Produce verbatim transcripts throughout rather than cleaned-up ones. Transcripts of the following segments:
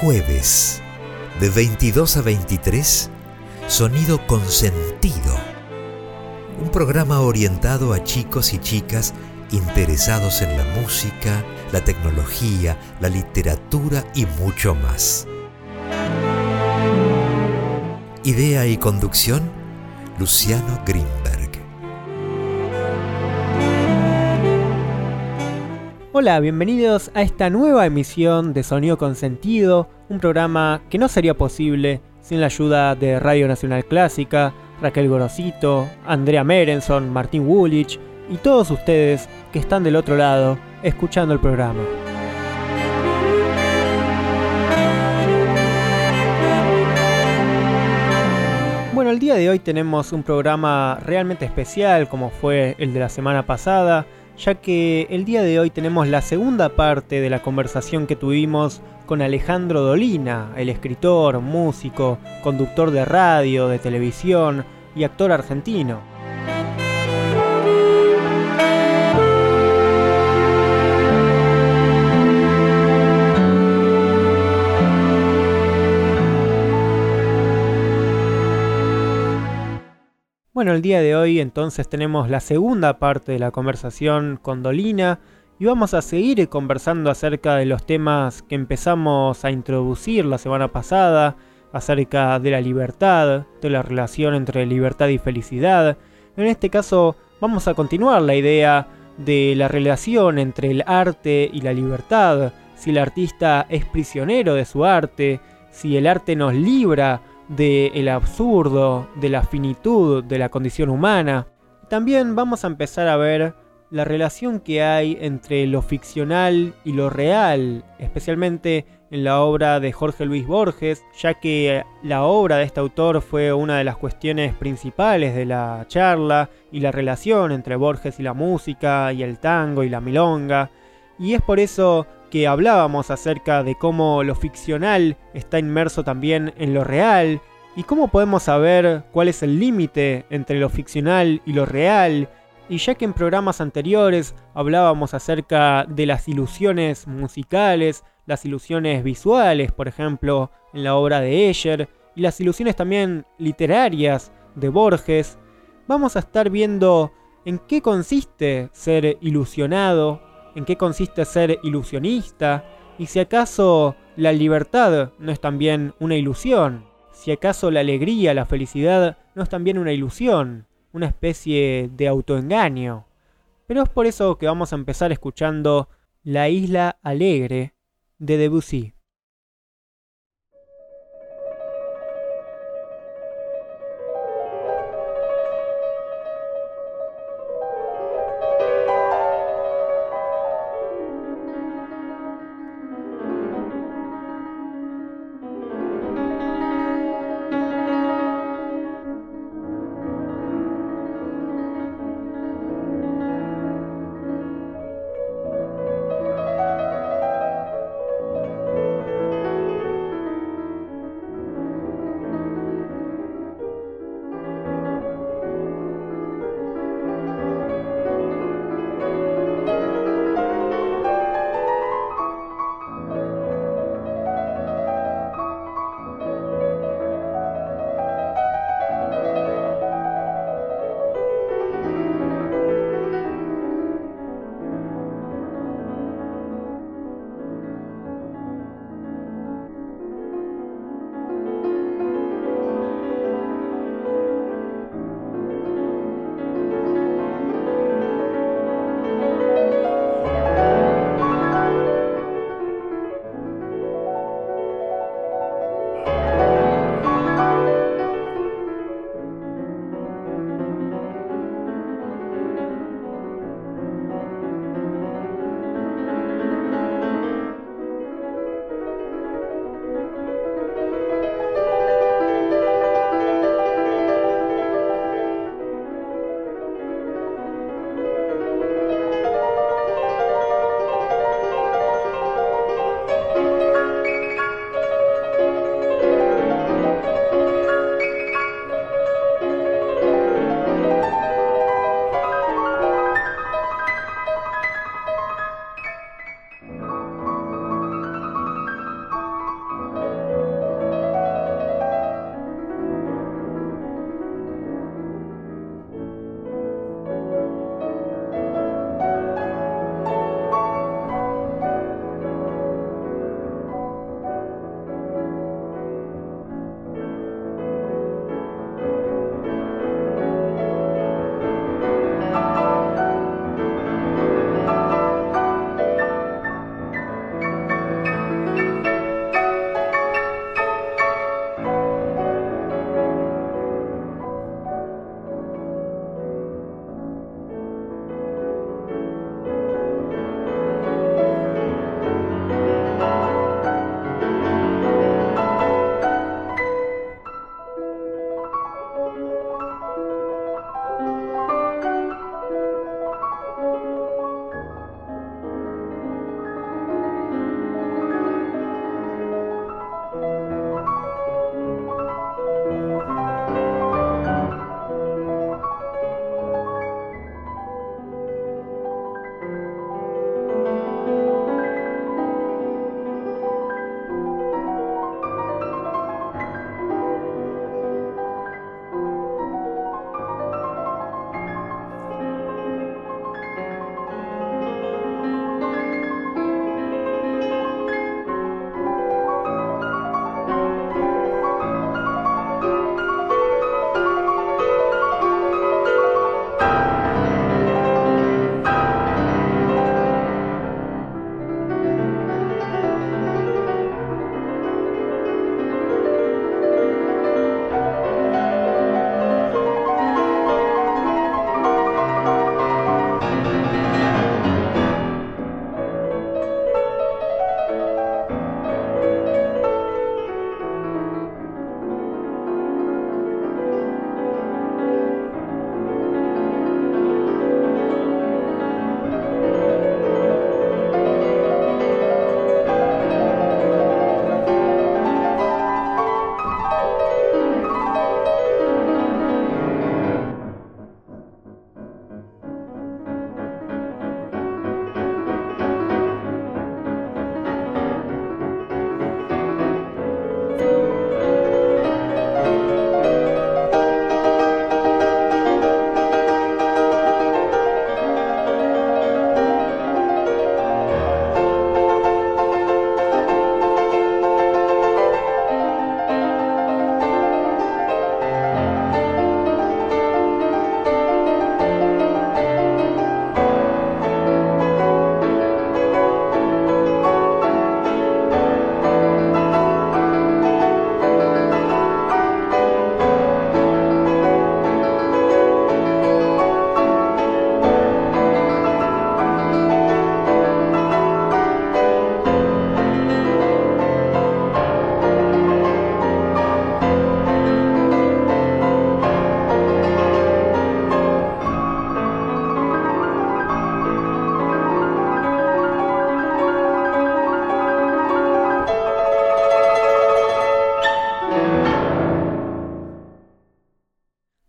jueves, de veintidós a veintitrés, Sonido con Sentido. Un programa orientado a chicos y chicas interesados en la música, la tecnología, la literatura y mucho más. Idea y conducción, Luciano Grinberg. Hola, bienvenidos a esta nueva emisión de Sonido con Sentido, un programa que no sería posible sin la ayuda de Radio Nacional Clásica, Raquel Gorosito, Andrea Merenson, Martín Woollich y todos ustedes que están del otro lado escuchando el programa. Bueno, el día de hoy tenemos un programa realmente especial como fue el de la semana pasada, ya que el día de hoy tenemos la segunda parte de la conversación que tuvimos con Alejandro Dolina, el escritor, músico, conductor de radio, de televisión y actor argentino. Bueno, el día de hoy entonces tenemos la segunda parte de la conversación con Dolina y vamos a seguir conversando acerca de los temas que empezamos a introducir la semana pasada, acerca de la libertad, de la relación entre libertad y felicidad. En este caso vamos a continuar la idea de la relación entre el arte y la libertad, si el artista es prisionero de su arte, si el arte nos libra del absurdo, de la finitud de la condición humana. También vamos a empezar a ver la relación que hay entre lo ficcional y lo real, especialmente en la obra de Jorge Luis Borges, ya que la obra de este autor fue una de las cuestiones principales de la charla, y la relación entre Borges y la música, y el tango y la milonga, y es por eso que hablábamos acerca de cómo lo ficcional está inmerso también en lo real, y cómo podemos saber cuál es el límite entre lo ficcional y lo real. Y ya que en programas anteriores hablábamos acerca de las ilusiones musicales, las ilusiones visuales, por ejemplo, en la obra de Escher, y las ilusiones también literarias de Borges, vamos a estar viendo en qué consiste ser ilusionado, en qué consiste ser ilusionista, y si acaso la libertad no es también una ilusión, si acaso la alegría, la felicidad no es también una ilusión, una especie de autoengaño. Pero es por eso que vamos a empezar escuchando La Isla Alegre de Debussy.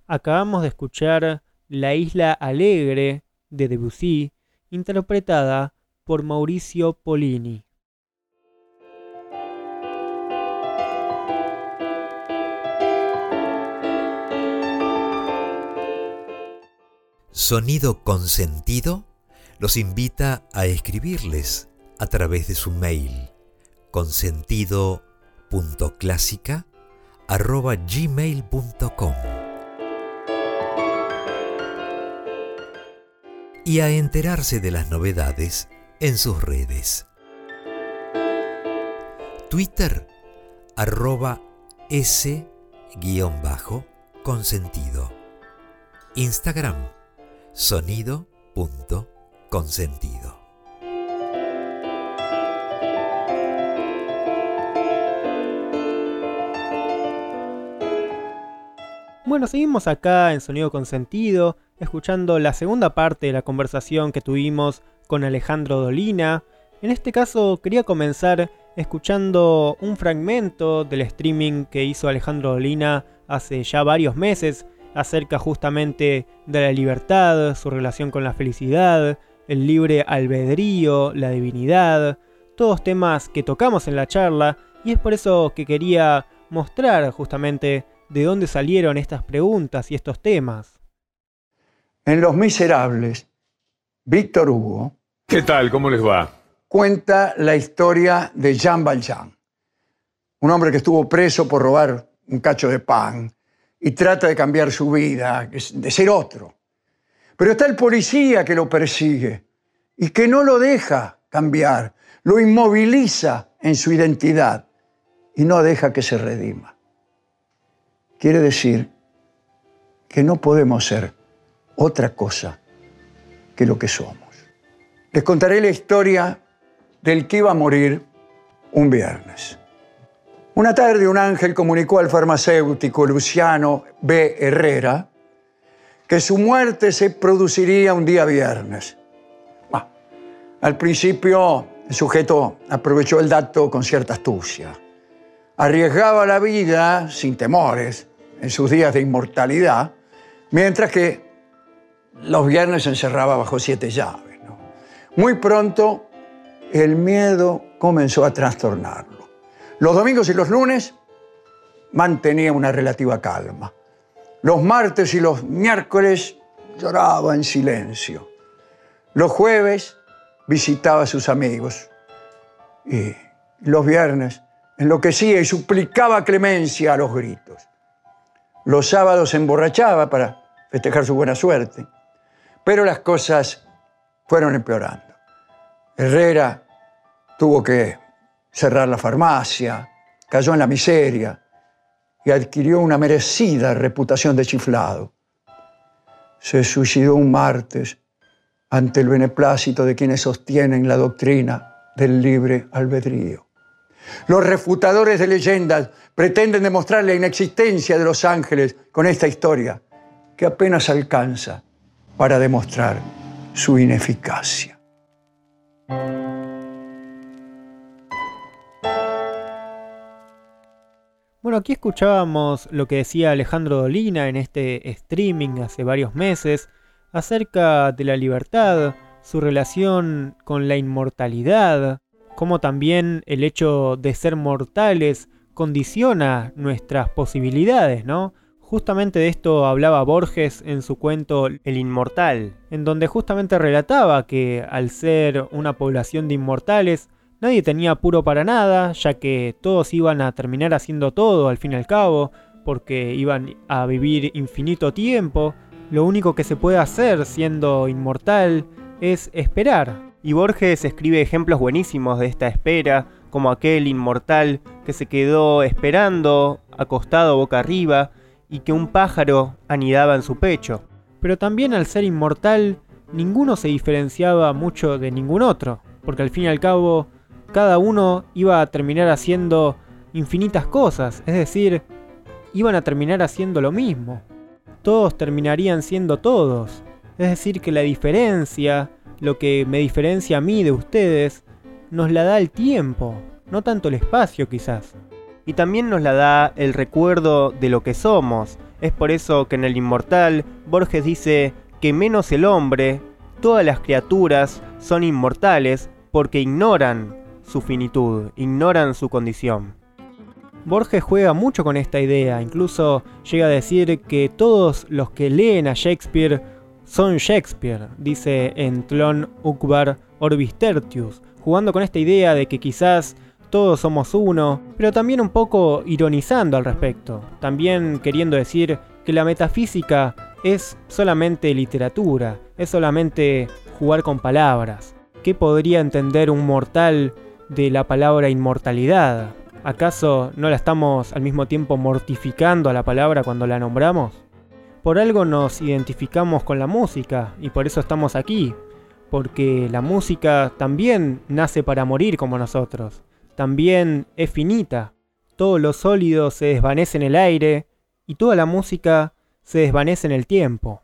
Acabamos de escuchar La Isla Alegre de Debussy, interpretada por Mauricio Pollini. Sonido Consentido los invita a escribirles a través de su mail consentido punto clásica arroba gmail punto com y a enterarse de las novedades en sus redes. Twitter arroba s guión bajo consentido. Instagram sonido punto consentido. Bueno, seguimos acá en Sonido Consentido, escuchando la segunda parte de la conversación que tuvimos con Alejandro Dolina. En este caso quería comenzar escuchando un fragmento del streaming que hizo Alejandro Dolina hace ya varios meses, acerca justamente de la libertad, su relación con la felicidad, el libre albedrío, la divinidad, todos temas que tocamos en la charla, y es por eso que quería mostrar justamente de dónde salieron estas preguntas y estos temas. En Los Miserables, Víctor Hugo, ¿qué tal? ¿Cómo les va? Cuenta la historia de Jean Valjean, un hombre que estuvo preso por robar un cacho de pan, y trata de cambiar su vida, de ser otro. Pero está el policía que lo persigue y que no lo deja cambiar, lo inmoviliza en su identidad y no deja que se redima. Quiere decir que no podemos ser otra cosa que lo que somos. Les contaré la historia del que iba a morir un viernes. Una tarde un ángel comunicó al farmacéutico Luciano B. Herrera que su muerte se produciría un día viernes. Bah, al principio el sujeto aprovechó el dato con cierta astucia. Arriesgaba la vida sin temores en sus días de inmortalidad, mientras que los viernes se encerraba bajo siete llaves, ¿no? Muy pronto el miedo comenzó a trastornarlo. Los domingos y los lunes mantenía una relativa calma. Los martes y los miércoles lloraba en silencio. Los jueves visitaba a sus amigos. Y los viernes enloquecía y suplicaba clemencia a los gritos. Los sábados se emborrachaba para festejar su buena suerte. Pero las cosas fueron empeorando. Herrera tuvo que cerrar la farmacia, cayó en la miseria y adquirió una merecida reputación de chiflado. Se suicidó un martes ante el beneplácito de quienes sostienen la doctrina del libre albedrío. Los refutadores de leyendas pretenden demostrar la inexistencia de los ángeles con esta historia, que apenas alcanza para demostrar su ineficacia. Bueno, aquí escuchábamos lo que decía Alejandro Dolina en este streaming hace varios meses acerca de la libertad, su relación con la inmortalidad, cómo también el hecho de ser mortales condiciona nuestras posibilidades, ¿no? Justamente de esto hablaba Borges en su cuento El Inmortal, en donde justamente relataba que al ser una población de inmortales, nadie tenía apuro para nada, ya que todos iban a terminar haciendo todo al fin y al cabo, porque iban a vivir infinito tiempo. Lo único que se puede hacer siendo inmortal es esperar. Y Borges escribe ejemplos buenísimos de esta espera, como aquel inmortal que se quedó esperando, acostado boca arriba, y que un pájaro anidaba en su pecho. Pero también al ser inmortal, ninguno se diferenciaba mucho de ningún otro, porque al fin y al cabo, cada uno iba a terminar haciendo infinitas cosas, es decir, iban a terminar haciendo lo mismo. Todos terminarían siendo todos, es decir, que la diferencia, lo que me diferencia a mí de ustedes, nos la da el tiempo, no tanto el espacio quizás. Y también nos la da el recuerdo de lo que somos, Es por eso que en El Inmortal, Borges dice que menos el hombre, todas las criaturas son inmortales porque ignoran su finitud, ignoran su condición. Borges juega mucho con esta idea, incluso llega a decir que todos los que leen a Shakespeare son Shakespeare, dice en Tlön Uqbar Orbis Tertius, jugando con esta idea de que quizás todos somos uno, pero también un poco ironizando al respecto, también queriendo decir que la metafísica es solamente literatura, es solamente jugar con palabras. ¿Qué podría entender un mortal de la palabra inmortalidad? ¿Acaso no la estamos al mismo tiempo mortificando a la palabra cuando la nombramos? Por algo nos identificamos con la música y por eso estamos aquí, porque la música también nace para morir como nosotros, también es finita, todo lo sólido se desvanece en el aire y toda la música se desvanece en el tiempo.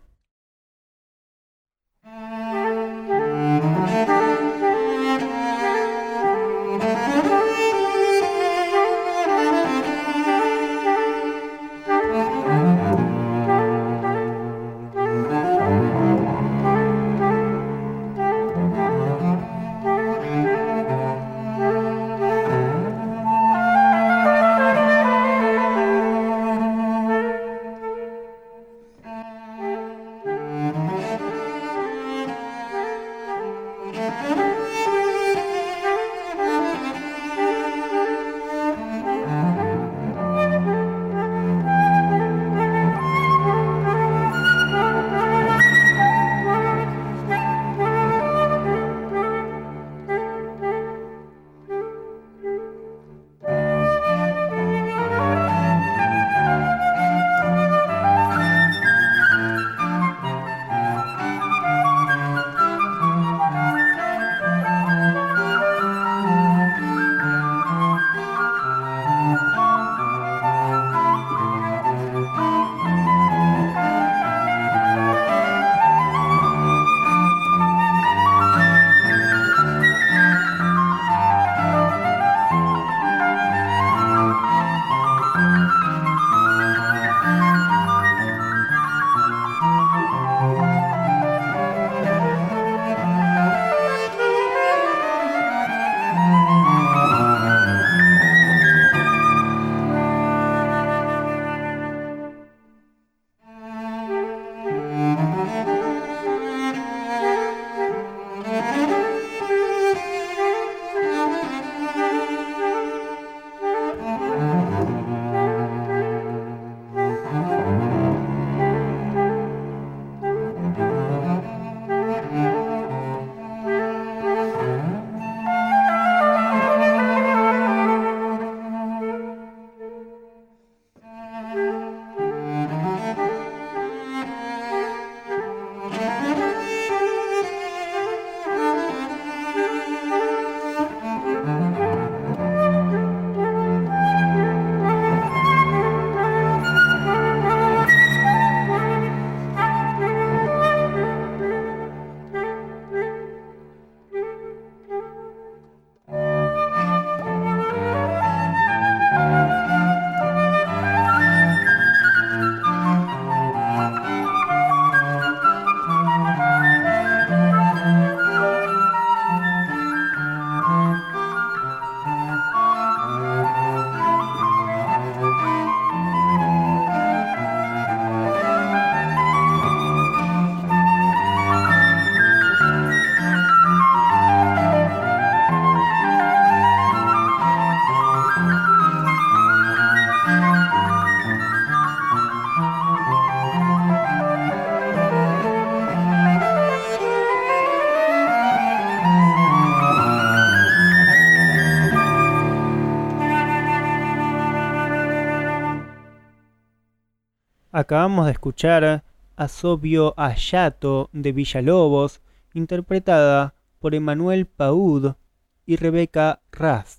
Acabamos de escuchar Assobio Ayato de Villalobos, interpretada por Emmanuel Paud y Rebecca Rast.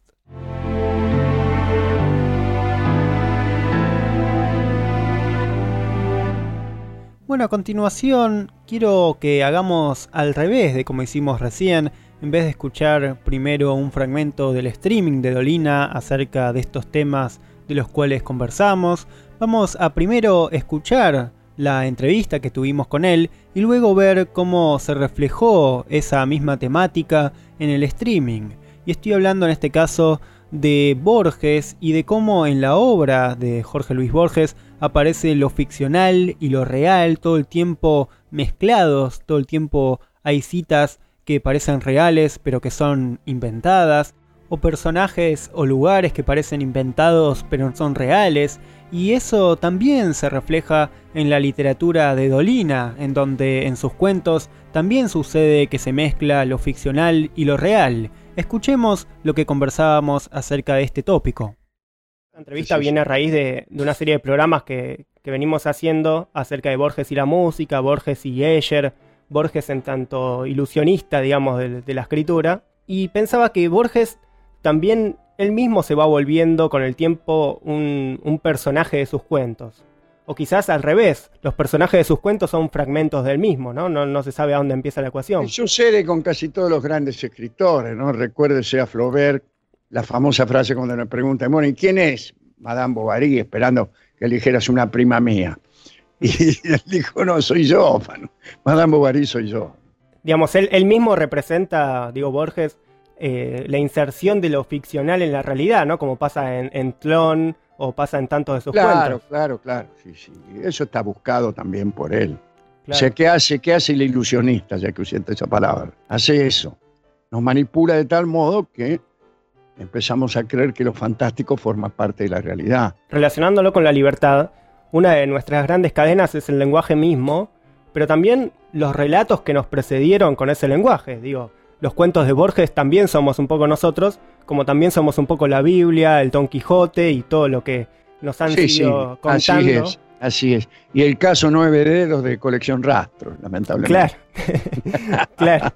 Bueno, a continuación quiero que hagamos al revés de como hicimos recién. En vez de escuchar primero un fragmento del streaming de Dolina acerca de estos temas de los cuales conversamos, Vamos a primero escuchar la entrevista que tuvimos con él y luego ver cómo se reflejó esa misma temática en el streaming. Y estoy hablando en este caso de Borges y de cómo en la obra de Jorge Luis Borges aparece lo ficcional y lo real todo el tiempo mezclados, todo el tiempo hay citas que parecen reales pero que son inventadas, o personajes o lugares que parecen inventados pero son reales, y eso también se refleja en la literatura de Dolina, en donde en sus cuentos también sucede que se mezcla lo ficcional y lo real. Escuchemos lo que conversábamos acerca de este tópico. La entrevista sí, sí, sí. viene a raíz de, de una serie de programas que, que venimos haciendo acerca de Borges y la música, Borges y Escher, Borges en tanto ilusionista, digamos, de, de la escritura, y pensaba que Borges también él mismo se va volviendo con el tiempo un, un personaje de sus cuentos. O quizás al revés, los personajes de sus cuentos son fragmentos del mismo, ¿no? No, no se sabe a dónde empieza la ecuación. Sucede con casi todos los grandes escritores, ¿no? Recuérdese a Flaubert la famosa frase cuando le preguntan, bueno, ¿y quién es Madame Bovary? Esperando que eligieras una prima mía. Y él dijo, no, soy yo, mano. Madame Bovary soy yo. Digamos, él, él mismo representa, digo, Borges, eh, la inserción de lo ficcional en la realidad, ¿no? Como pasa en, en Tlón o pasa en tantos de sus claro, cuentos. Claro, claro, claro. Sí, sí. Eso está buscado también por él. Claro. O sea, ¿qué hace, qué hace el ilusionista, ya que usé esa palabra? Hace eso. Nos manipula de tal modo que empezamos a creer que lo fantástico forma parte de la realidad. Relacionándolo con la libertad, una de nuestras grandes cadenas es el lenguaje mismo, pero también los relatos que nos precedieron con ese lenguaje. Digo, los cuentos de Borges también somos un poco nosotros, como también somos un poco la Biblia, el Don Quijote y todo lo que nos han sí, sido sí, contando. Así es, así es. Y el caso nueve dedos de Colección Rastro, lamentablemente. Claro, claro.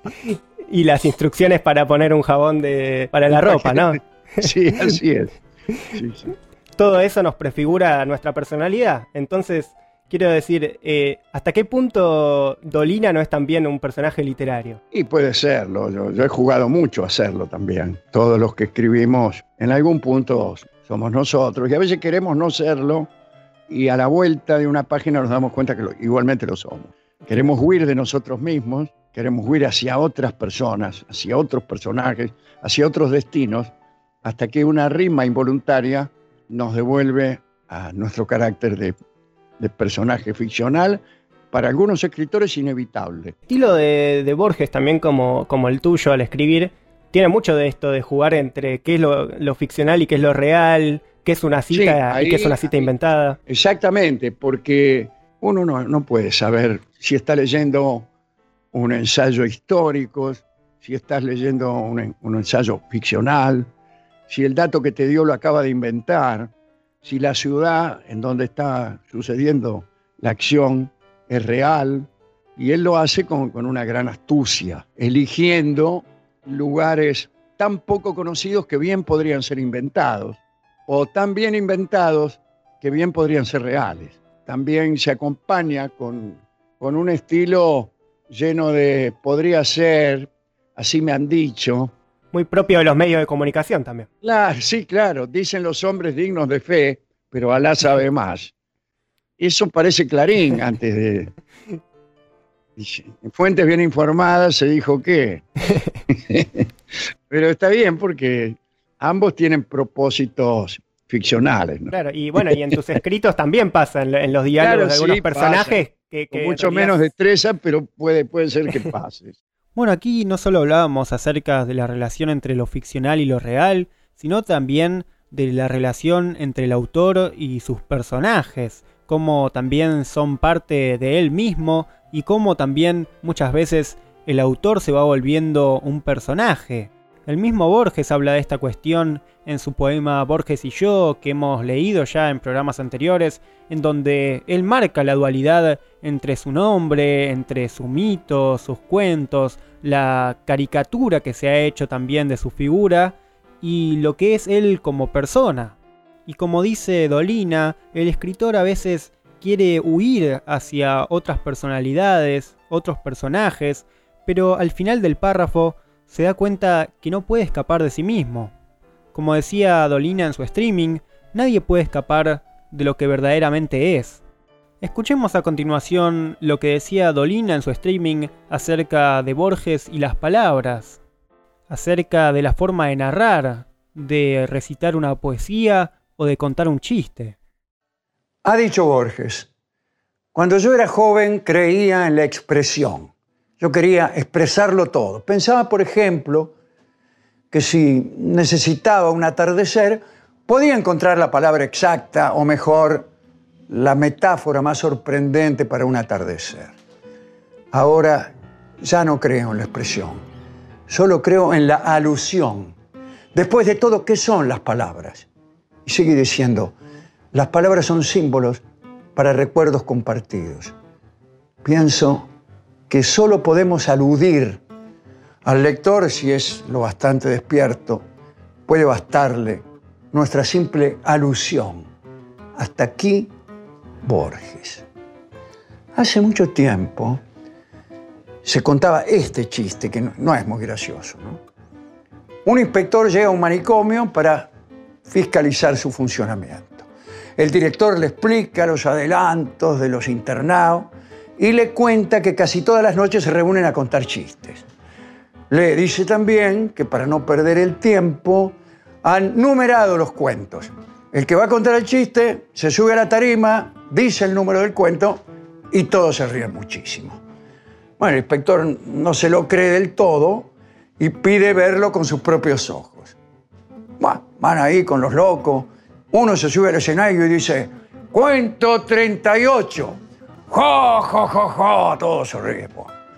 Y las instrucciones para poner un jabón de, para la ropa, ¿no? Sí, así es. Sí, sí. Todo eso nos prefigura nuestra personalidad. Entonces, quiero decir, eh, ¿hasta qué punto Dolina no es también un personaje literario? Y puede serlo. Yo, yo he jugado mucho a serlo también. Todos los que escribimos, en algún punto somos nosotros. Y a veces queremos no serlo y a la vuelta de una página nos damos cuenta que lo, igualmente lo somos. Queremos huir de nosotros mismos, queremos huir hacia otras personas, hacia otros personajes, hacia otros destinos, hasta que una rima involuntaria nos devuelve a nuestro carácter de, de personaje ficcional, para algunos escritores inevitable. El estilo de, de Borges, también como, como el tuyo al escribir, tiene mucho de esto de jugar entre qué es lo, lo ficcional y qué es lo real, qué es una cita sí, ahí, y qué es una cita ahí, inventada. Exactamente, porque uno no, no puede saber si está leyendo un ensayo histórico, si estás leyendo un, un ensayo ficcional, si el dato que te dio lo acaba de inventar, si la ciudad en donde está sucediendo la acción es real, y él lo hace con, con una gran astucia, eligiendo lugares tan poco conocidos que bien podrían ser inventados, o tan bien inventados que bien podrían ser reales. También se acompaña con, con un estilo lleno de podría ser, así me han dicho. Muy propio de los medios de comunicación también. Claro, sí, claro. Dicen los hombres dignos de fe, pero Alá sabe más. Eso parece Clarín antes de... En fuentes bien informadas se dijo que... Pero está bien porque ambos tienen propósitos ficcionales, ¿no? Claro, y bueno, y en tus escritos también pasa, en, en los diálogos claro, de algunos sí, personajes que, que con mucho realidad... menos destreza, pero puede, puede ser que pase. Bueno, aquí no solo hablábamos acerca de la relación entre lo ficcional y lo real, sino también de la relación entre el autor y sus personajes, cómo también son parte de él mismo y cómo también muchas veces el autor se va volviendo un personaje. El mismo Borges habla de esta cuestión en su poema Borges y yo, que hemos leído ya en programas anteriores, en donde él marca la dualidad entre su nombre, entre su mito, sus cuentos, la caricatura que se ha hecho también de su figura y lo que es él como persona. Y como dice Dolina, el escritor a veces quiere huir hacia otras personalidades, otros personajes, pero al final del párrafo se da cuenta que no puede escapar de sí mismo. Como decía Dolina en su streaming, nadie puede escapar de lo que verdaderamente es. Escuchemos a continuación lo que decía Dolina en su streaming acerca de Borges y las palabras, acerca de la forma de narrar, de recitar una poesía o de contar un chiste. Ha dicho Borges: cuando yo era joven creía en la expresión. Yo quería expresarlo todo. Pensaba, por ejemplo, que si necesitaba un atardecer, podía encontrar la palabra exacta, o mejor, la metáfora más sorprendente para un atardecer. Ahora ya no creo en la expresión, solo creo en la alusión. Después de todo, ¿qué son las palabras? Y sigue diciendo: las palabras son símbolos para recuerdos compartidos. Pienso que solo podemos aludir al lector, si es lo bastante despierto, puede bastarle nuestra simple alusión. Hasta aquí, Borges. Hace mucho tiempo se contaba este chiste, que no, no es muy gracioso, ¿no? Un inspector llega a un manicomio para fiscalizar su funcionamiento. El director le explica los adelantos de los internados y le cuenta que casi todas las noches se reúnen a contar chistes. Le dice también que para no perder el tiempo han numerado los cuentos. El que va a contar el chiste se sube a la tarima, dice el número del cuento y todos se ríen muchísimo. Bueno, el inspector no se lo cree del todo y pide verlo con sus propios ojos. Bueno, van ahí con los locos. Uno se sube al escenario y dice: cuento treinta y ocho. ¡Jo, jo, jo, jo! Todos se ríen.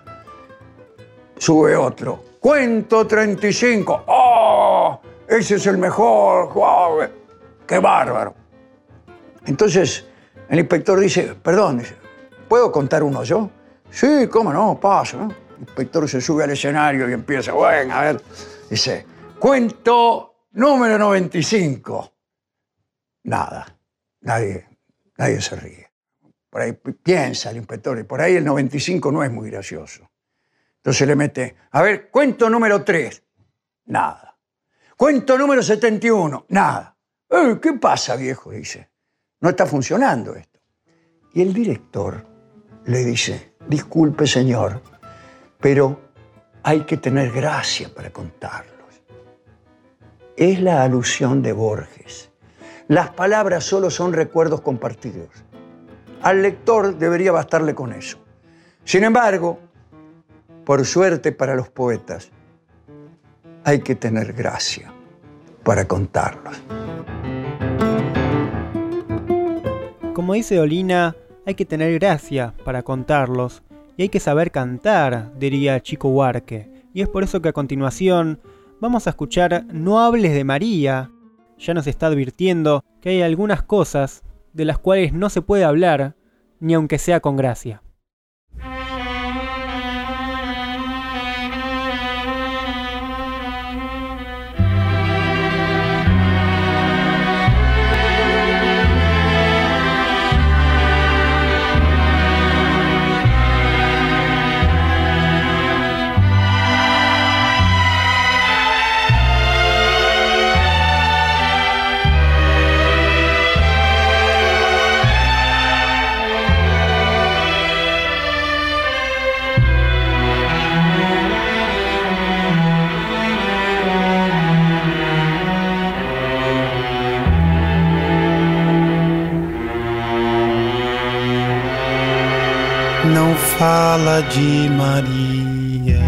Sube otro: cuento treinta y cinco. ¡Oh! Ese es el mejor. ¡Wow! ¡Qué bárbaro! Entonces el inspector dice: perdón, ¿puedo contar uno yo? Sí, cómo no, pasa, ¿no? El inspector se sube al escenario y empieza: bueno, a ver, dice: cuento número noventa y cinco. Nada, nadie, nadie se ríe. Por ahí piensa el inspector, y por ahí el noventa y cinco no es muy gracioso. Entonces le mete: a ver, cuento número tres. Nada. Cuento número setenta y uno. Nada. Eh, ¿Qué pasa, viejo? Dice: no está funcionando esto. Y el director le dice: disculpe, señor, pero hay que tener gracia para contarlos. Es la alusión de Borges. Las palabras solo son recuerdos compartidos. Al lector debería bastarle con eso. Sin embargo, por suerte para los poetas, hay que tener gracia para contarlos. Como dice Dolina, hay que tener gracia para contarlos y hay que saber cantar, diría Chico Buarque. Y es por eso que a continuación vamos a escuchar No hables de María. Ya nos está advirtiendo que hay algunas cosas de las cuales no se puede hablar, ni aunque sea con gracia. Não fala de Maria,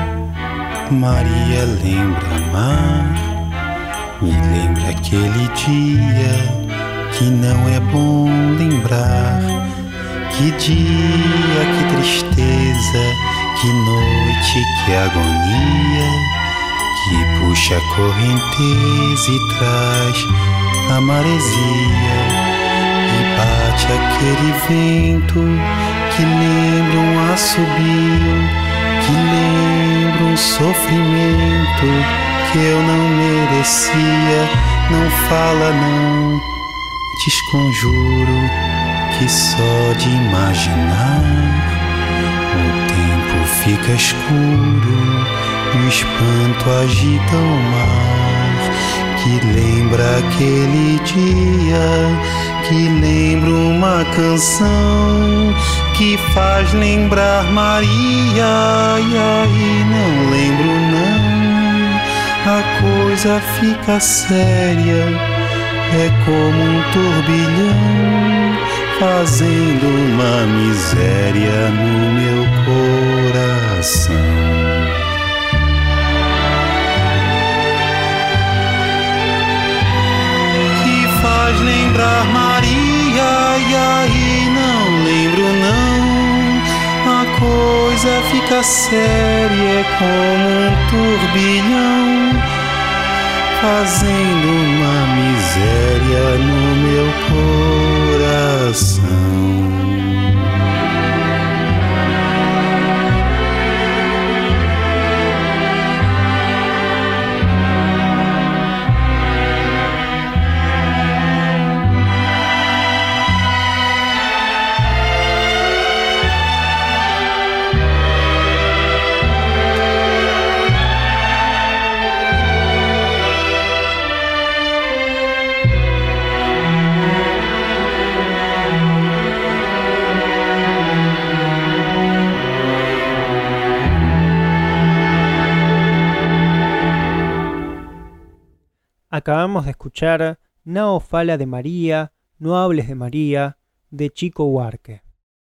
Maria lembra mar, me lembra aquele dia que não é bom lembrar. Que dia, que tristeza, que noite, que agonia, que puxa a correnteza e traz a maresia, e bate aquele vento que lembra um assobio, que lembra um sofrimento que eu não merecia. Não fala não, desconjuro que só de imaginar o tempo fica escuro e o espanto agita o mar. que lembra aquele dia, que lembra uma canção, que faz lembrar Maria, e aí não lembro não, a coisa fica séria, é como um turbilhão, fazendo uma miséria no meu coração. Faz lembrar Maria, e aí não lembro não, a coisa fica séria, é como um turbilhão, fazendo uma miséria no meu coração. Acabamos de escuchar Nao fala de María, no hables de María, de Chico Buarque.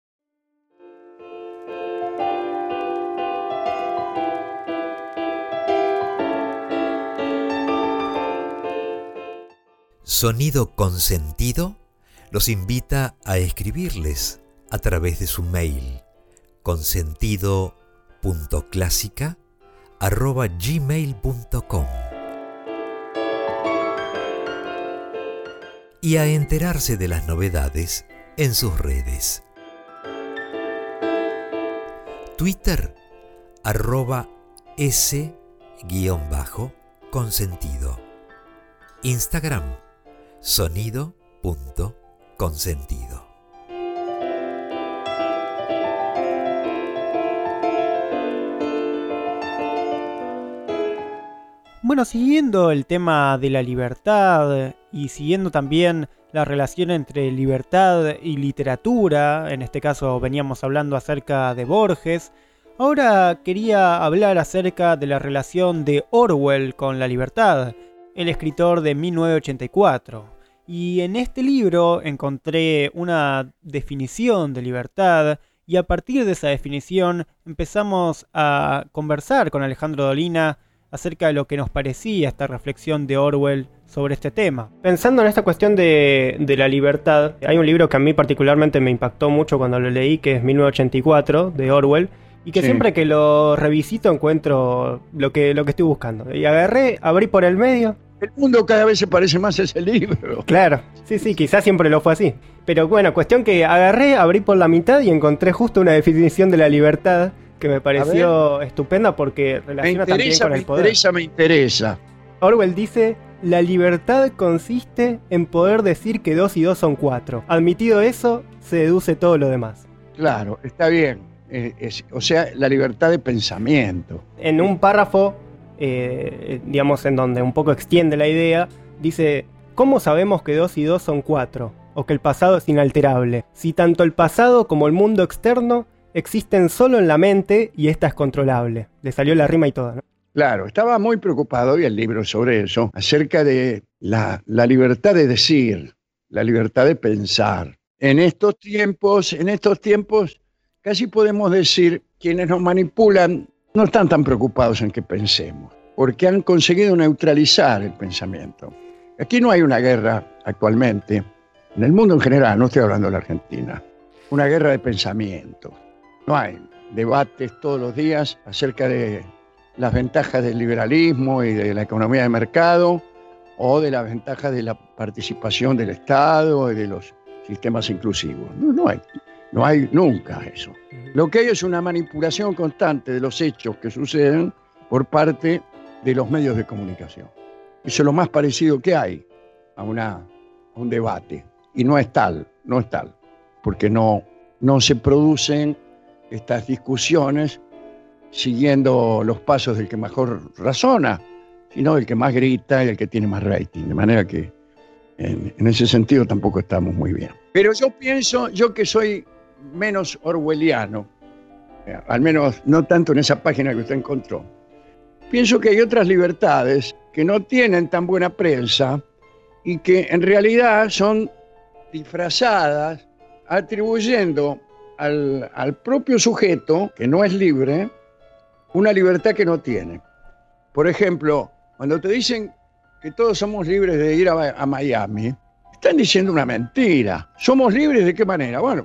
Sonido Consentido los invita a escribirles a través de su mail consentido punto clásica arroba gmail punto com y a enterarse de las novedades en sus redes. Twitter, arroba s guión bajo consentido. Instagram, sonido punto consentido. Bueno, siguiendo el tema de la libertad y siguiendo también la relación entre libertad y literatura, en este caso veníamos hablando acerca de Borges, ahora quería hablar acerca de la relación de Orwell con la libertad, el escritor de mil novecientos ochenta y cuatro. Y en este libro encontré una definición de libertad y a partir de esa definición empezamos a conversar con Alejandro Dolina acerca de lo que nos parecía esta reflexión de Orwell sobre este tema. Pensando en esta cuestión de, de la libertad, hay un libro que a mí particularmente me impactó mucho cuando lo leí, que es mil novecientos ochenta y cuatro, de Orwell, y que sí. Siempre que lo revisito encuentro lo que, lo que estoy buscando. Y agarré, abrí por el medio. El mundo cada vez se parece más a ese libro. Claro, sí, sí, quizás siempre lo fue así. Pero bueno, cuestión que agarré, abrí por la mitad y encontré justo una definición de la libertad que me pareció estupenda porque relaciona también con el poder. Me interesa, me interesa. Orwell dice: la libertad consiste en poder decir que dos y dos son cuatro. Admitido eso, se deduce todo lo demás. Claro, está bien. Eh, es, o sea, la libertad de pensamiento. En un párrafo, eh, digamos, en donde un poco extiende la idea, dice: ¿cómo sabemos que dos y dos son cuatro? O que el pasado es inalterable, si tanto el pasado como el mundo externo existen solo en la mente y esta es controlable. Le salió la rima y todo, ¿no? Claro, estaba muy preocupado, y el libro sobre eso, acerca de la, la libertad de decir, la libertad de pensar. En estos tiempos, en estos tiempos, casi podemos decir, quienes nos manipulan no están tan preocupados en que pensemos, porque han conseguido neutralizar el pensamiento. Aquí no hay una guerra actualmente, en el mundo en general, no estoy hablando de la Argentina, una guerra de pensamiento. No hay debates todos los días acerca de las ventajas del liberalismo y de la economía de mercado o de las ventajas de la participación del Estado y de los sistemas inclusivos. No, no hay, no hay nunca eso. Lo que hay es una manipulación constante de los hechos que suceden por parte de los medios de comunicación. Eso es lo más parecido que hay a, una, a un debate. Y no es tal, no es tal, porque no, no se producen estas discusiones siguiendo los pasos del que mejor razona, sino del que más grita y el que tiene más rating. De manera que en, en ese sentido tampoco estamos muy bien. Pero yo pienso, yo que soy menos orwelliano, al menos no tanto en esa página que usted encontró, pienso que hay otras libertades que no tienen tan buena prensa y que en realidad son disfrazadas, atribuyendo al, al propio sujeto, que no es libre, una libertad que no tiene. Por ejemplo, cuando te dicen que todos somos libres de ir a, a Miami, están diciendo una mentira. ¿Somos libres de qué manera? Bueno,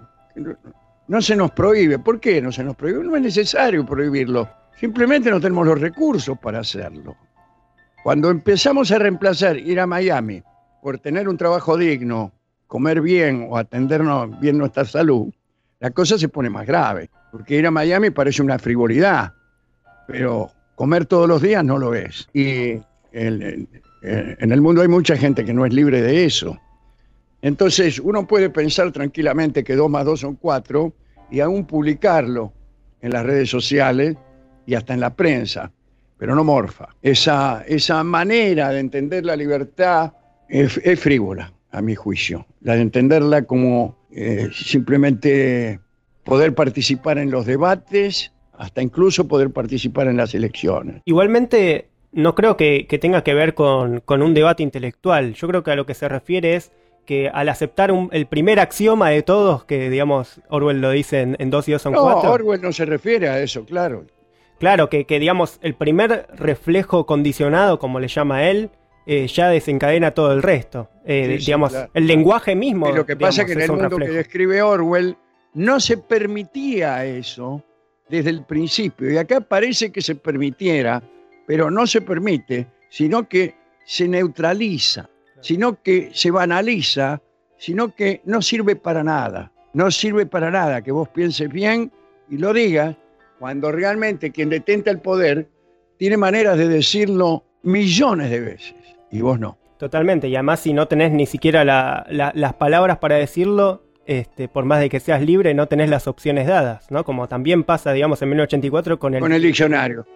no se nos prohíbe. ¿Por qué no se nos prohíbe? No es necesario prohibirlo. Simplemente no tenemos los recursos para hacerlo. Cuando empezamos a reemplazar ir a Miami por tener un trabajo digno, comer bien o atendernos bien nuestra salud, la cosa se pone más grave. Porque ir a Miami parece una frivolidad, pero comer todos los días no lo es. Y el, el, en el mundo hay mucha gente que no es libre de eso. Entonces uno puede pensar tranquilamente que dos más dos son cuatro y aún publicarlo en las redes sociales y hasta en la prensa, pero no morfa. Esa, esa manera de entender la libertad es, es frívola, a mi juicio. La de entenderla como eh, simplemente poder participar en los debates, hasta incluso poder participar en las elecciones. Igualmente, no creo que, que tenga que ver con, con un debate intelectual. Yo creo que a lo que se refiere es que al aceptar un, el primer axioma de todos, que digamos Orwell lo dice en, en dos y dos son no, cuatro. No, Orwell no se refiere a eso, claro. Claro, que, que digamos el primer reflejo condicionado, como le llama él, eh, ya desencadena todo el resto. Eh, sí, digamos, sí, claro. El lenguaje mismo. Y lo que digamos, pasa es que en el mundo reflejo. que describe Orwell no se permitía eso desde el principio. Y acá parece que se permitiera, pero no se permite, sino que se neutraliza, sino que se banaliza, sino que no sirve para nada. No sirve para nada que vos pienses bien y lo digas, cuando realmente quien detenta el poder tiene maneras de decirlo millones de veces, y vos no. Totalmente, y además si no tenés ni siquiera la, la, las palabras para decirlo, este, por más de que seas libre, no tenés las opciones dadas, ¿no? Como también pasa, digamos, en mil novecientos ochenta y cuatro con el... Con el diccionario.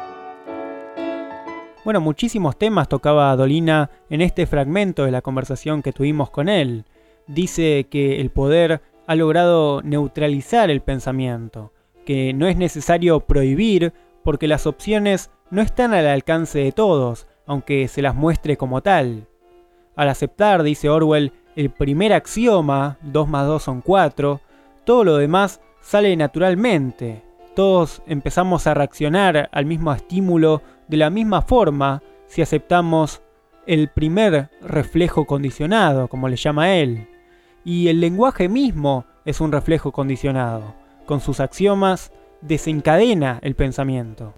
Bueno, muchísimos temas tocaba Dolina en este fragmento de la conversación que tuvimos con él. Dice que el poder ha logrado neutralizar el pensamiento, que no es necesario prohibir porque las opciones no están al alcance de todos, aunque se las muestre como tal. Al aceptar, dice Orwell, el primer axioma, dos más dos son cuatro, todo lo demás sale naturalmente. Todos empezamos a reaccionar al mismo estímulo de la misma forma si aceptamos el primer reflejo condicionado, como le llama él. Y el lenguaje mismo es un reflejo condicionado. Con sus axiomas desencadena el pensamiento.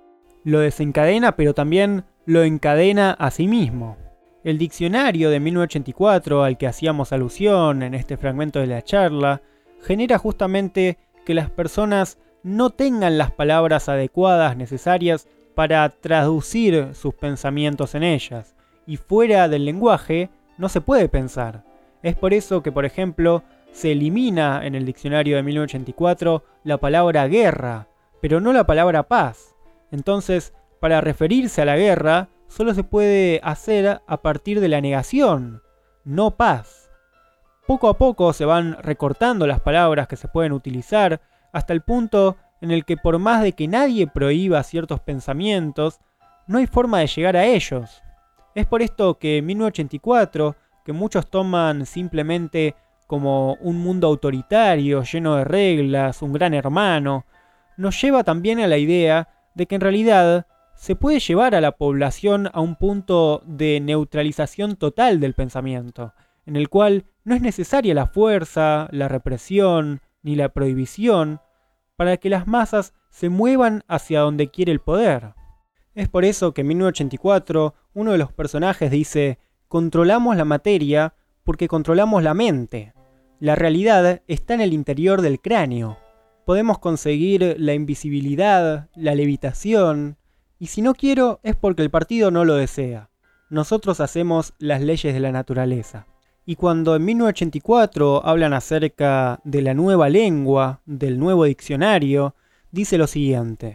Lo desencadena, pero también lo encadena a sí mismo. El diccionario de mil novecientos ochenta y cuatro, al que hacíamos alusión en este fragmento de la charla, genera justamente que las personas no tengan las palabras adecuadas necesarias para traducir sus pensamientos en ellas, y fuera del lenguaje no se puede pensar. Es por eso que, por ejemplo, se elimina en el diccionario de mil novecientos ochenta y cuatro la palabra guerra, pero no la palabra paz. Entonces, para referirse a la guerra, solo se puede hacer a partir de la negación, no paz. Poco a poco se van recortando las palabras que se pueden utilizar, hasta el punto en el que por más de que nadie prohíba ciertos pensamientos, no hay forma de llegar a ellos. Es por esto que en mil novecientos ochenta y cuatro, que muchos toman simplemente como un mundo autoritario, lleno de reglas, un gran hermano, nos lleva también a la idea de que en realidad se puede llevar a la población a un punto de neutralización total del pensamiento, en el cual no es necesaria la fuerza, la represión, ni la prohibición, para que las masas se muevan hacia donde quiere el poder. Es por eso que en mil novecientos ochenta y cuatro uno de los personajes dice: controlamos la materia porque controlamos la mente. La realidad está en el interior del cráneo. Podemos conseguir la invisibilidad, la levitación, y si no quiero es porque el partido no lo desea. Nosotros hacemos las leyes de la naturaleza. Y cuando en mil novecientos ochenta y cuatro hablan acerca de la nueva lengua, del nuevo diccionario, dice lo siguiente: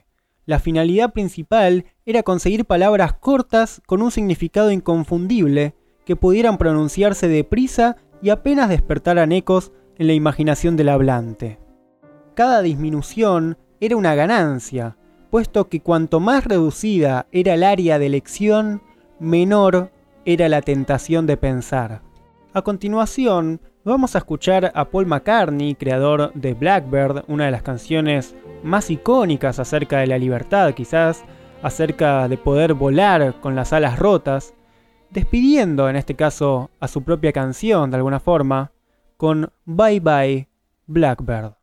La finalidad principal era conseguir palabras cortas con un significado inconfundible que pudieran pronunciarse deprisa y apenas despertaran ecos en la imaginación del hablante. Cada disminución era una ganancia, puesto que cuanto más reducida era el área de elección, menor era la tentación de pensar. A continuación, vamos a escuchar a Paul McCartney, creador de Blackbird, una de las canciones más icónicas acerca de la libertad, quizás, acerca de poder volar con las alas rotas, despidiendo en este caso a su propia canción de alguna forma, con Bye Bye Blackbird.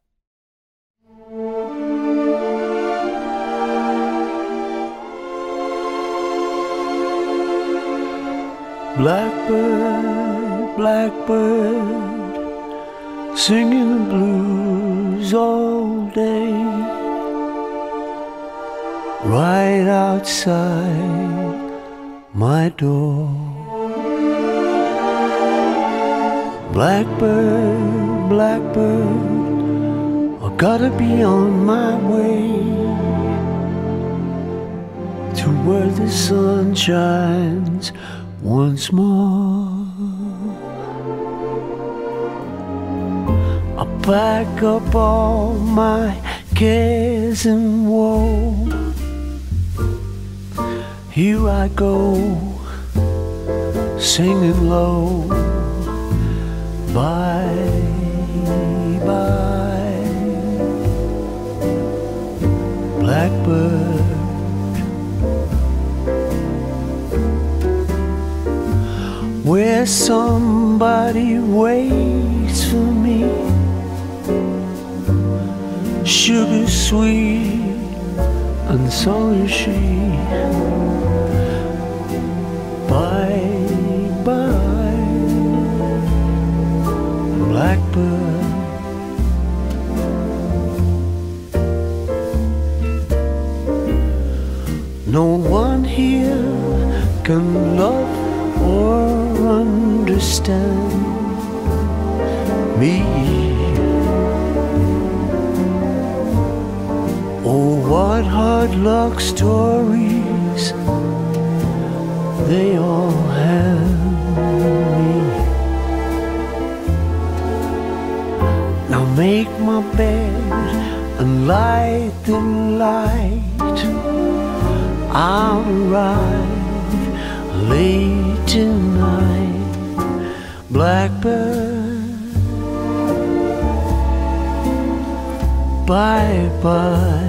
Blackbird, blackbird, singing the blues all day, right outside my door. Blackbird, blackbird, I gotta be on my way to where the sun shines once more. I pack up all my cares and woe. Here I go, singing low. Bye, bye, blackbird. Where somebody waits for me, sugar sweet, and so is she. Bye, bye, blackbird. No one here can love or understand me. Oh, what hard luck stories they all have me. Now make my bed and light the light. I'll arrive late tonight, blackbird. Bye bye.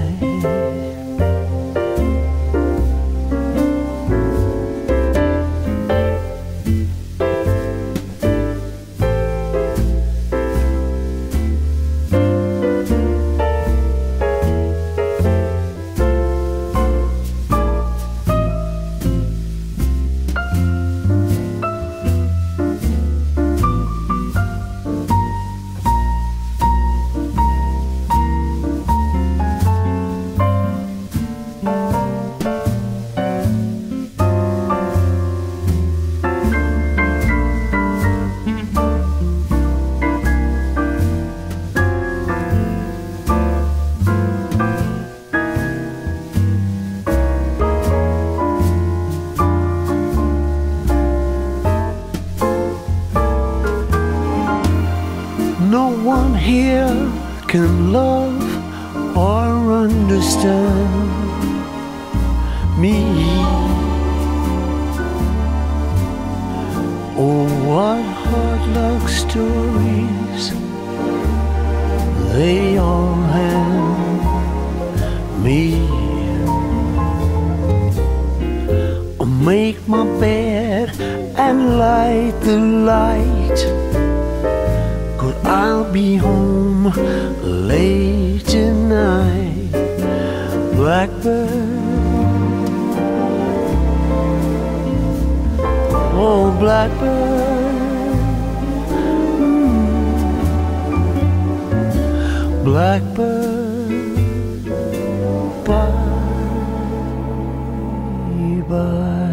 Can love or understand me. Oh, what hard luck stories they all have me. I'll make my bed and light the light. Good, I'll be home late tonight, blackbird. Oh, blackbird, mm. Blackbird, bye bye.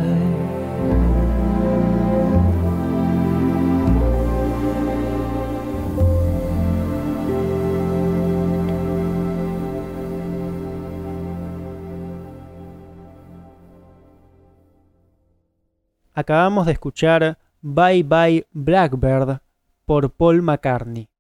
Acabamos de escuchar Bye Bye Blackbird por Paul McCartney.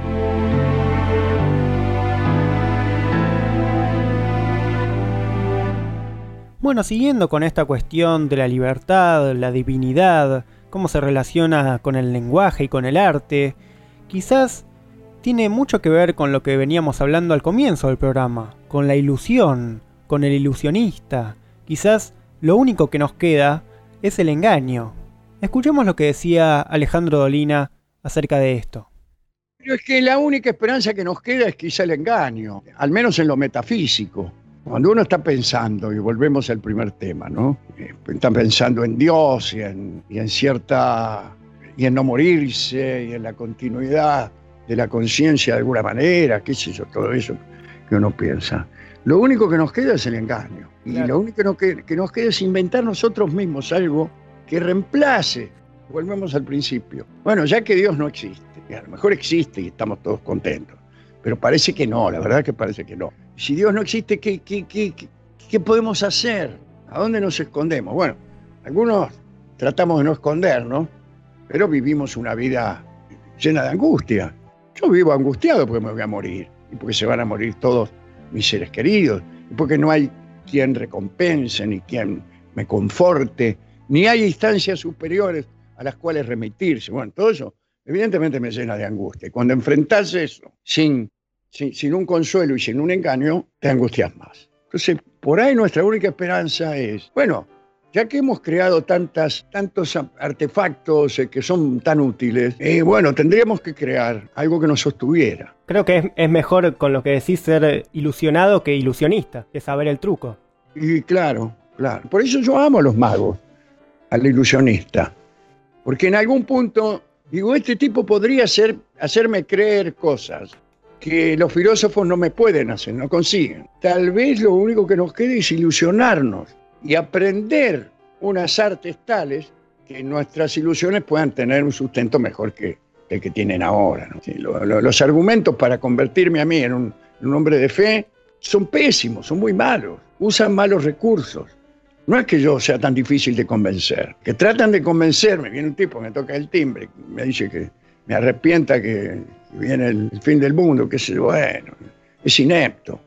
Bueno, siguiendo con esta cuestión de la libertad, la divinidad, cómo se relaciona con el lenguaje y con el arte, quizás tiene mucho que ver con lo que veníamos hablando al comienzo del programa, con la ilusión, con el ilusionista. Quizás lo único que nos queda es el engaño. Escuchemos lo que decía Alejandro Dolina acerca de esto. Pero es que la única esperanza que nos queda es quizá el engaño, al menos en lo metafísico. Cuando uno está pensando, y volvemos al primer tema, ¿no? Eh, está pensando en Dios y en, y en cierta... y en no morirse, y en la continuidad de la conciencia de alguna manera, qué sé yo, todo eso que uno piensa. Lo único que nos queda es el engaño. Y claro, lo único que nos, que, que nos queda es inventar nosotros mismos algo que reemplace. Volvemos al principio. Bueno, ya que Dios no existe, y a lo mejor existe y estamos todos contentos, pero parece que no, la verdad que parece que no. Si Dios no existe, ¿qué, qué, qué, qué, qué podemos hacer? ¿A dónde nos escondemos? Bueno, algunos tratamos de no escondernos, pero vivimos una vida llena de angustia. Yo vivo angustiado porque me voy a morir, y porque se van a morir todos mis seres queridos, y porque no hay quien recompense, ni quien me conforte, ni hay instancias superiores a las cuales remitirse. Bueno, todo eso evidentemente me llena de angustia. Cuando enfrentás eso sin, sin, sin un consuelo y sin un engaño, te angustias más. Entonces, por ahí nuestra única esperanza es, bueno, ya que hemos creado tantas, tantos artefactos eh, que son tan útiles, eh, bueno, tendríamos que crear algo que nos sostuviera. Creo que es, es mejor, con lo que decís, ser ilusionado que ilusionista, que saber el truco. Y claro, claro. Por eso yo amo a los magos, al ilusionista. Porque en algún punto, digo, este tipo podría ser, hacerme creer cosas que los filósofos no me pueden hacer, no consiguen. Tal vez lo único que nos quede es ilusionarnos y aprender unas artes tales que nuestras ilusiones puedan tener un sustento mejor que el que tienen ahora, ¿no? Sí, lo, lo, los argumentos para convertirme a mí en un, en un hombre de fe son pésimos, son muy malos, usan malos recursos. No es que yo sea tan difícil de convencer, que tratan de convencerme. Viene un tipo, me toca el timbre, me dice que me arrepienta que viene el, el fin del mundo, que es bueno, es inepto.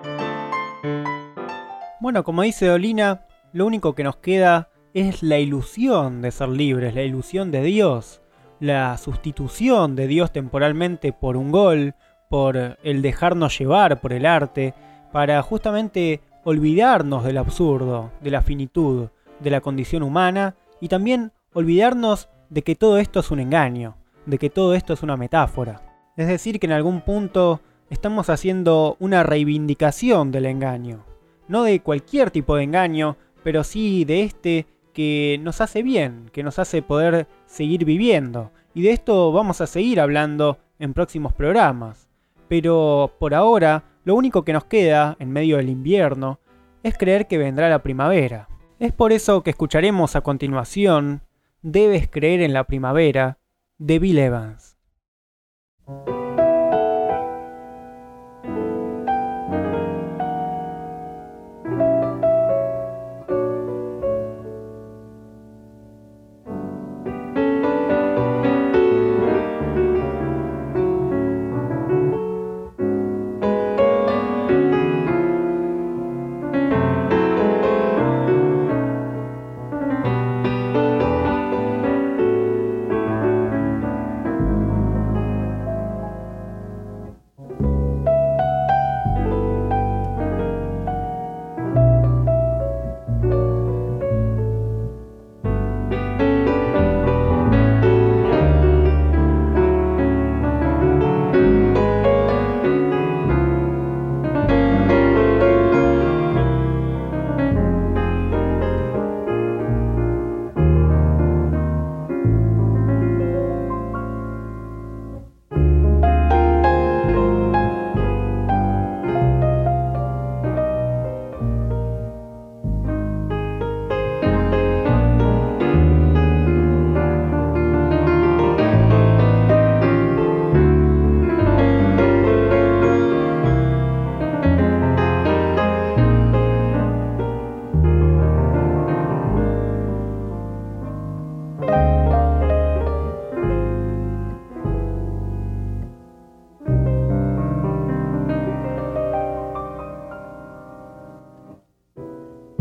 Bueno, como dice Dolina, lo único que nos queda es la ilusión de ser libres, la ilusión de Dios, la sustitución de Dios temporalmente por un gol, por el dejarnos llevar por el arte, para justamente olvidarnos del absurdo, de la finitud, de la condición humana, y también olvidarnos de que todo esto es un engaño, de que todo esto es una metáfora. Es decir, que en algún punto estamos haciendo una reivindicación del engaño. No de cualquier tipo de engaño, pero sí de este que nos hace bien, que nos hace poder seguir viviendo. Y de esto vamos a seguir hablando en próximos programas. Pero por ahora, lo único que nos queda en medio del invierno es creer que vendrá la primavera. Es por eso que escucharemos a continuación Debes creer en la primavera, de Bill Evans.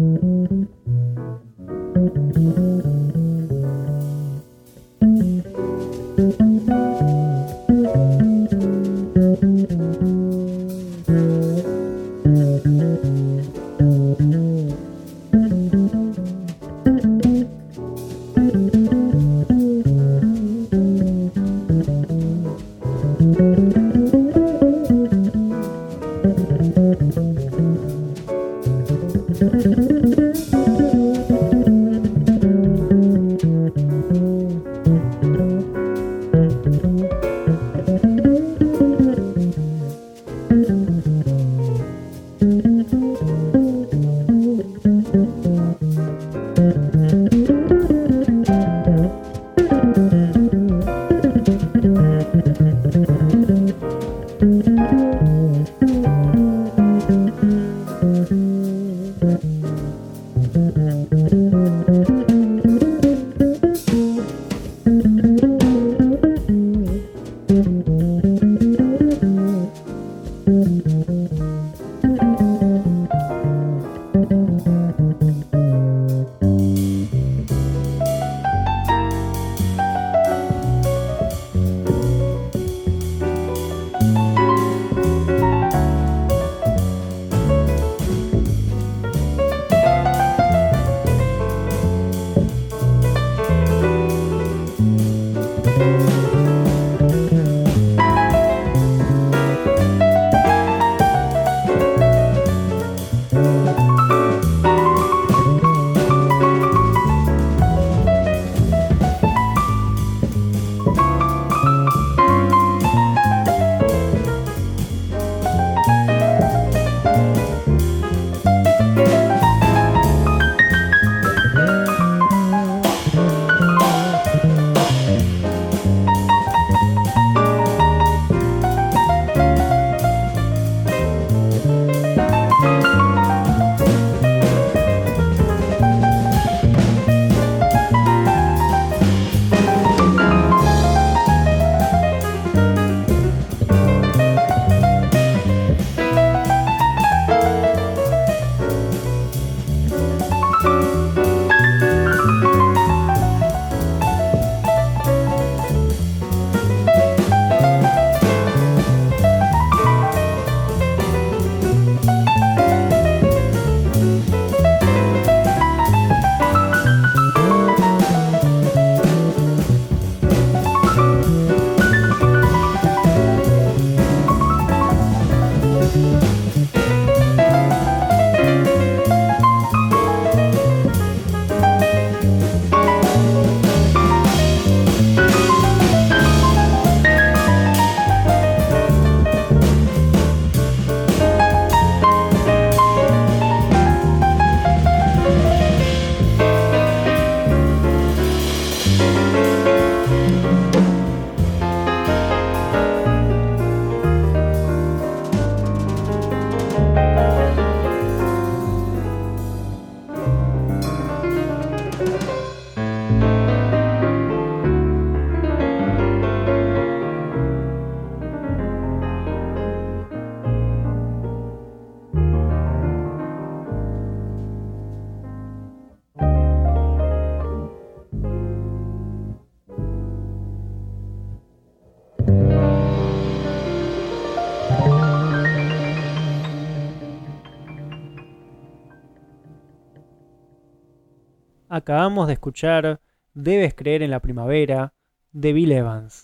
Acabamos de escuchar Debes creer en la primavera, de Bill Evans.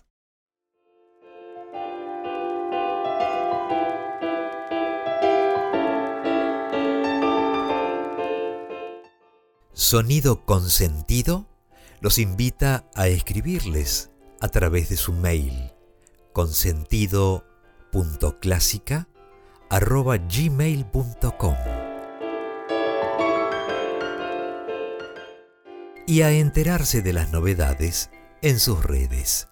Sonido Consentido los invita a escribirles a través de su mail consentido punto clásica arroba gmail punto com y a enterarse de las novedades en sus redes.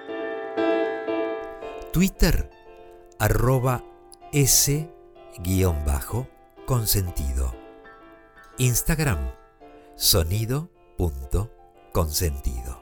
Twitter, arroba s guión bajo consentido. Instagram, sonido punto consentido.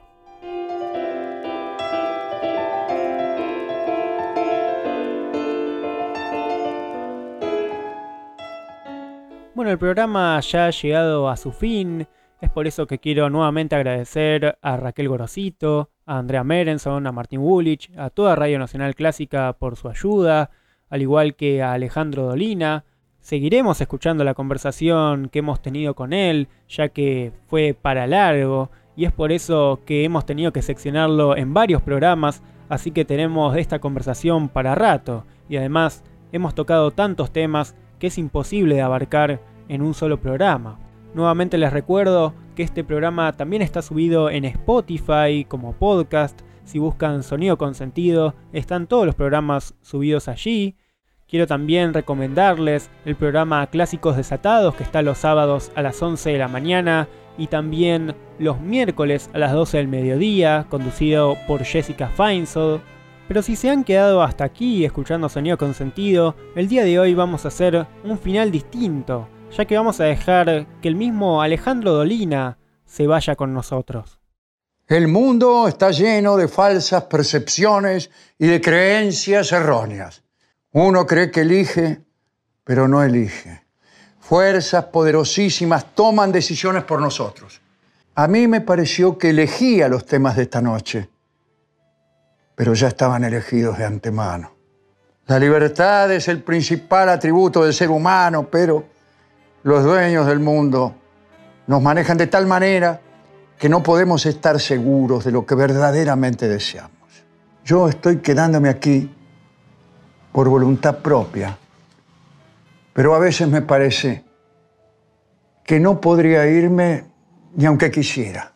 Bueno, el programa ya ha llegado a su fin. Es por eso que quiero nuevamente agradecer a Raquel Gorosito, a Andrea Merenson, a Martín Wulich, a toda Radio Nacional Clásica por su ayuda, al igual que a Alejandro Dolina. Seguiremos escuchando la conversación que hemos tenido con él, ya que fue para largo, y es por eso que hemos tenido que seccionarlo en varios programas, así que tenemos esta conversación para rato, y además hemos tocado tantos temas que es imposible de abarcar en un solo programa. Nuevamente les recuerdo que este programa también está subido en Spotify como podcast. Si buscan Sonido con Sentido, están todos los programas subidos allí. Quiero también recomendarles el programa Clásicos Desatados, que está los sábados a las once de la mañana y también los miércoles a las doce del mediodía, conducido por Jessica Feinsold. Pero si se han quedado hasta aquí escuchando Sonido con Sentido, el día de hoy vamos a hacer un final distinto, ya que vamos a dejar que el mismo Alejandro Dolina se vaya con nosotros. El mundo está lleno de falsas percepciones y de creencias erróneas. Uno cree que elige, pero no elige. Fuerzas poderosísimas toman decisiones por nosotros. A mí me pareció que elegía los temas de esta noche, pero ya estaban elegidos de antemano. La libertad es el principal atributo del ser humano, pero los dueños del mundo nos manejan de tal manera que no podemos estar seguros de lo que verdaderamente deseamos. Yo estoy quedándome aquí por voluntad propia, pero a veces me parece que no podría irme ni aunque quisiera,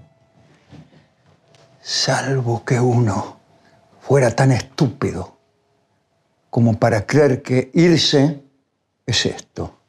salvo que uno fuera tan estúpido como para creer que irse es esto.